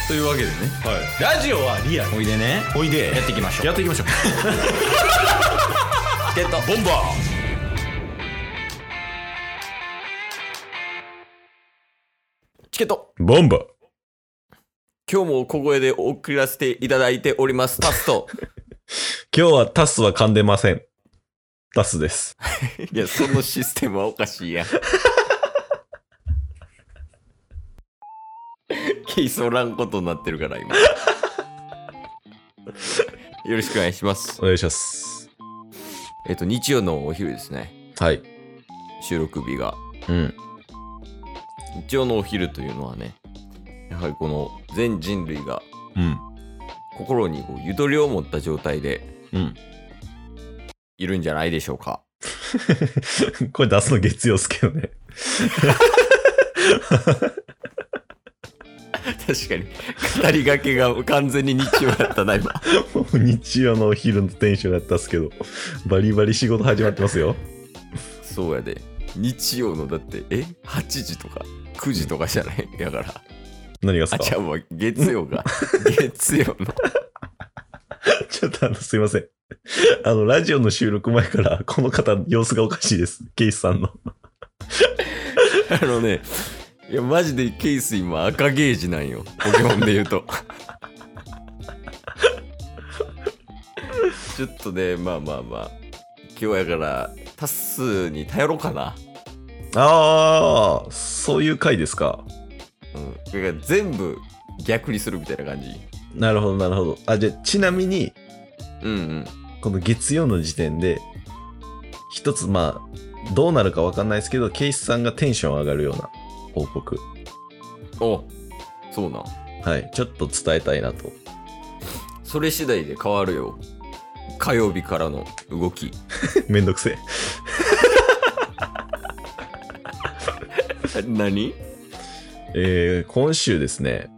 というわけでね、 はい、ラジオはリアル。 おいでね、 おいでやっていきましょう。 やっていきましょう。 ゲットボンバー。 チケットボンバー。 今日も小声で送らせていただいておりますタスと今日はタスは噛んでません。タスです。 いや、そのシステムはおかしいやん。ケースおらんことになってるから今。よろしくお願いします。 お願いします。 日曜のお昼ですね。 はい。 収録日が。 うん。 日曜のお昼というのはね、やはりこの全人類が心にこうゆとりを持った状態でいるんじゃないでしょうか。 これ出すの月曜っすけどね。 確かに語りがけが完全に日曜だったな今。 もう日曜のお昼のテンションだったっすけど、バリバリ仕事始まってますよ。 そうやで。日曜のだって8時とか9時とかじゃない。だから何がっすか。 じゃあもう月曜が月曜のちょっとすいません。ラジオの収録前からこの方様子がおかしいです。ケイスさんの。 ね、いやマジでケース今赤ゲージなんよ。ポケモンで言うと。ちょっとね、まあ今日やからタスに頼ろうかな。 ああ、そういう回ですか。 だから全部逆にするみたいな感じ。 なるほどなるほど。あ、じゃあちなみにこの月曜の時点で一つまあどうなるか分かんないですけど、ケイスさんがテンション上がるような報告。 お、そうなん。 はい、ちょっと伝えたいなと。 それ次第で変わるよ。火曜日からの動き。 めんどくせえ。何？ 今週ですね。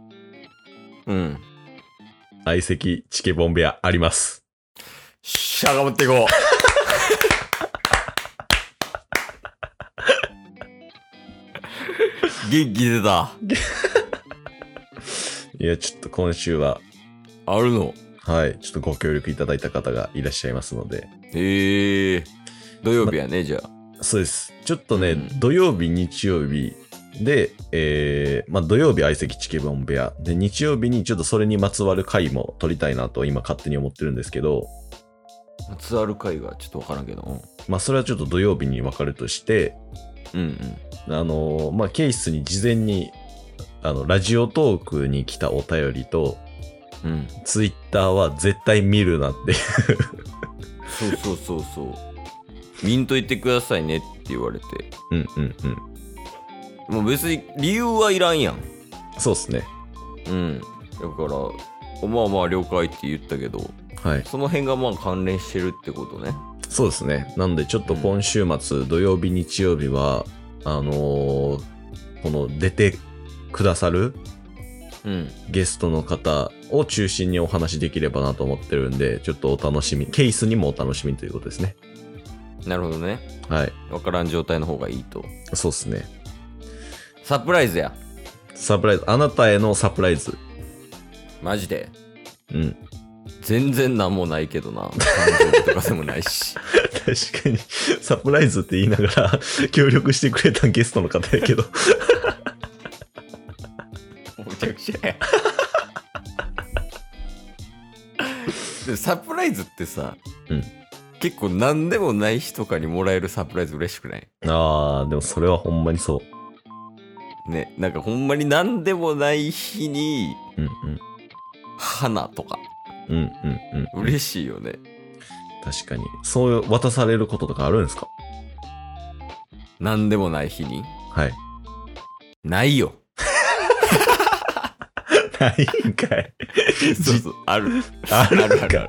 相席チケボン部屋あります。 しゃがまっていこう。元気出た。 いや、ちょっと今週はあるの。 はい、ちょっとご協力いただいた方がいらっしゃいますので。 土曜日やね、じゃあ。 そうです。ちょっとね、土曜日、日曜日で、土曜日相席チケボン部屋で、日曜日にちょっとそれにまつわる回も撮りたいなと今勝手に思ってるんですけど。 まつわる回がちょっとわからんけど。 まあそれはちょっと土曜日に分かるとして、ケースに事前にラジオトークに来たお便りと、ツイッターは絶対見るなってそう。見んといてくださいねって言われて。もう別に理由はいらんやん。 そうっすね。 だからまあ了解って言ったけど、 はい。 その辺がまあ関連してるってことね。 そうですね。なんでちょっと今週末、土曜日日曜日はこの出てくださるゲストの方を中心にお話できればなと思ってるんで、ちょっとお楽しみ、ケースにもお楽しみということですね。 なるほどね。 はい。 わからん状態の方がいいと。 そうっすね。 サプライズや。 サプライズ。あなたへのサプライズ。 マジで。全然なんもないけどな。誕生日とかでもないし。 確かにサプライズって言いながら協力してくれたゲストの方やけど。 めちゃくちゃや。でサプライズってさ、結構何でもない日とかにもらえるサプライズ嬉しくない？ あー、でもそれはほんまにそう。 ね、なんかほんまに何でもない日に、花とか。嬉しいよね。 確かに。そういう渡されることとかあるんですか？ 何でもない日に？ はい。 ないよ。 ないんかい。 そう、ある。 ある。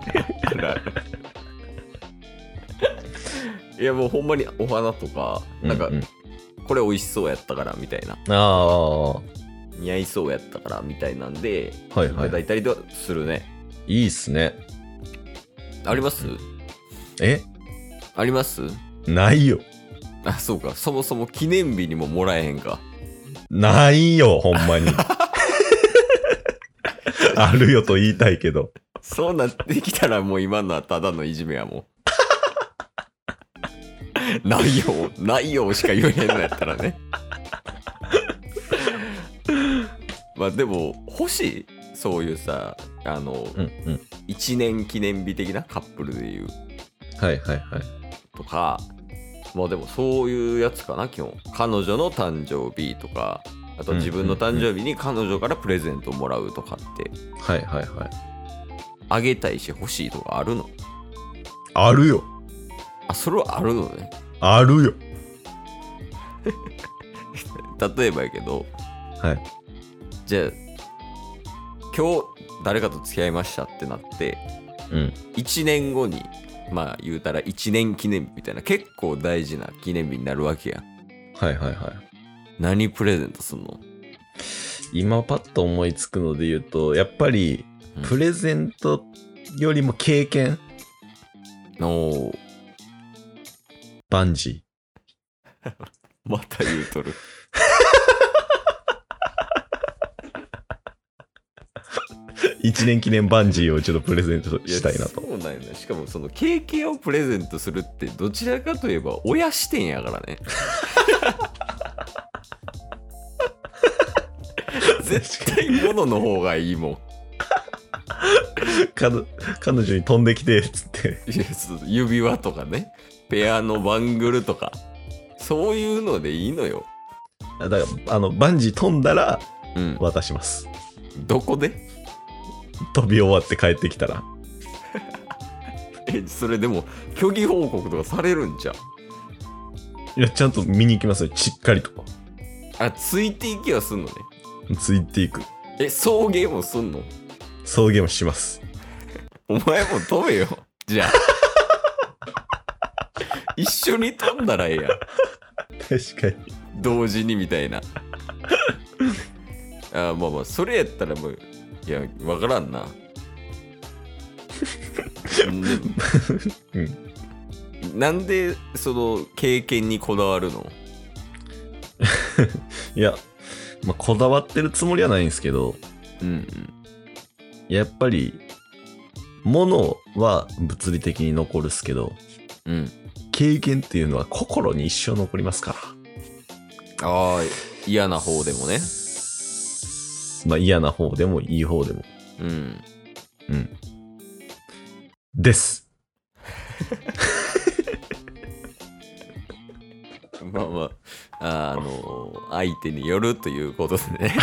いやもうほんまにお花とか、なんか、これ美味しそうやったからみたいな。似合いそうやったからみたいなんで、いただいたりはするね。 いいっすね。 あります？ あります？ ないよ。 あ、そうか。そもそも記念日にももらえへんか。 ないよ、ほんまに。 あるよと言いたいけど。 そうなってきたらもう今のはただのいじめやもん。ないよしか言えへんのやったらね。まあでも欲しい、そういうさ、1年記念日的なカップルでいう。 はいはいはい。 とか、まあでもそういうやつかな、基本。彼女の誕生日とか、あと自分の誕生日に彼女からプレゼントをもらうとかって。 はいはいはい。 あげたいし欲しいとかあるの？ あるよ。 あ、それはあるのね。 あるよ。 例えばやけど、 はい。 じゃあ、今日誰かと付き合いましたってなって、1年後に、まあ言うたら1年記念日みたいな結構大事な記念日になるわけやん。 はいはいはい。 何プレゼントすんの？ 今パッと思いつくので言うと、やっぱりプレゼントよりも経験、バンジー。また言うとる。 1年記念バンジーをちょっとプレゼントしたいなと。 そうなんよね。しかもその経験をプレゼントするってどちらかといえば親視点やからね。絶対物の方がいいもん。 彼女に飛んできてっつって。 指輪とかね、ペアのバングルとか、そういうのでいいのよ。 だからバンジー飛んだら渡します。 どこで？ 飛び終わって帰ってきたら。 それでも虚偽報告とかされるんじゃん。 いや、ちゃんと見に行きますよ、しっかりとか。 あ、ついていきはすんのね。 ついていく。 送迎もすんの？ 送迎もします。 お前も飛べよ、じゃあ。一緒に飛んだらええやん。 確かに。 同時にみたいな。あ、まあまあ、それやったらもう、いや、わからんな。なんでその経験にこだわるの？ いや、まあ、こだわってるつもりはないんですけど、やっぱり物は物理的に残るっすけど、経験っていうのは心に一生残りますから。 ああ、嫌な方でもね。 まあ嫌な方でもいい方でも。です。 まあまあ、相手によるということでね。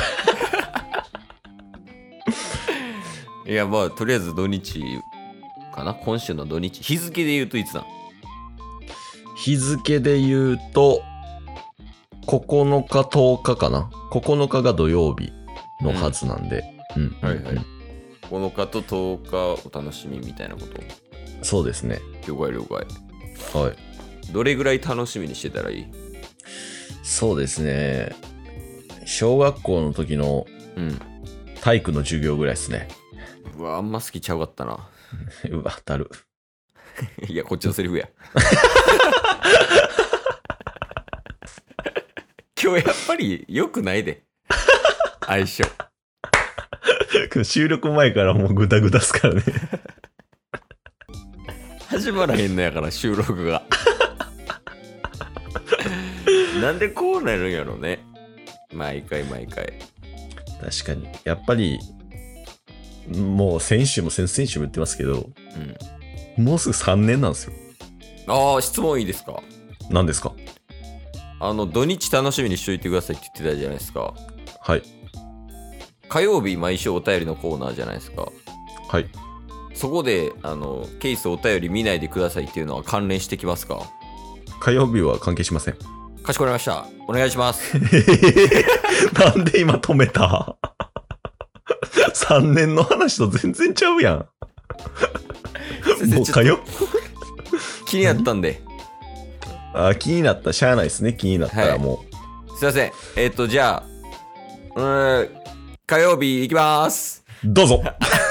いや、まあ、とりあえず土日かな、今週の土日。日付で言うといつだ？ 日付で言うと、9日、10日かな。9日が土曜日のはずなんで。 はいはい。9日と10日お楽しみみたいなこと？ そうですね。 了解了解。 はい。 どれぐらい楽しみにしてたらいい？ そうですね。小学校の時の体育の授業ぐらいですね。 うわ、あんま好きちゃうかったな。 うわ、だる。 いや、こっちのセリフや。今日やっぱり良くないで。相性。 収録前からもうグダグダっすからね。 始まらへんのやから、収録が。なんでこうなるんやろね。毎回毎回。 確かに。やっぱり、もう先週も先々週も言ってますけど、もうすぐ3年なんですよ。 ああ、質問いいですか？ 何ですか？ 土日楽しみにしといてくださいって言ってたじゃないですか。 はい。 火曜日毎週お便りのコーナーじゃないですか。 はい。 そこでケースお便り見ないでくださいっていうのは関連してきますか？ 火曜日は関係しません。 かしこまりました。お願いします。 なんで今止めた？3年の話と全然ちゃうやん。もう火曜気になったんで。 気になった。しゃあないですね。気になったらもう。すいません。じゃあ、火曜日行きまーす。 どうぞ。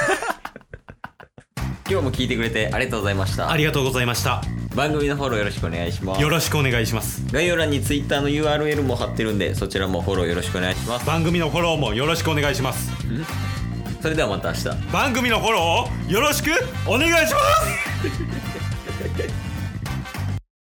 今日も聞いてくれてありがとうございました。 ありがとうございました。 番組のフォローよろしくお願いします。 よろしくお願いします。 概要欄に Twitter の URL も貼ってるんで、そちらもフォローよろしくお願いします。 番組のフォローもよろしくお願いします。 それではまた明日番組のフォローをよろしくお願いします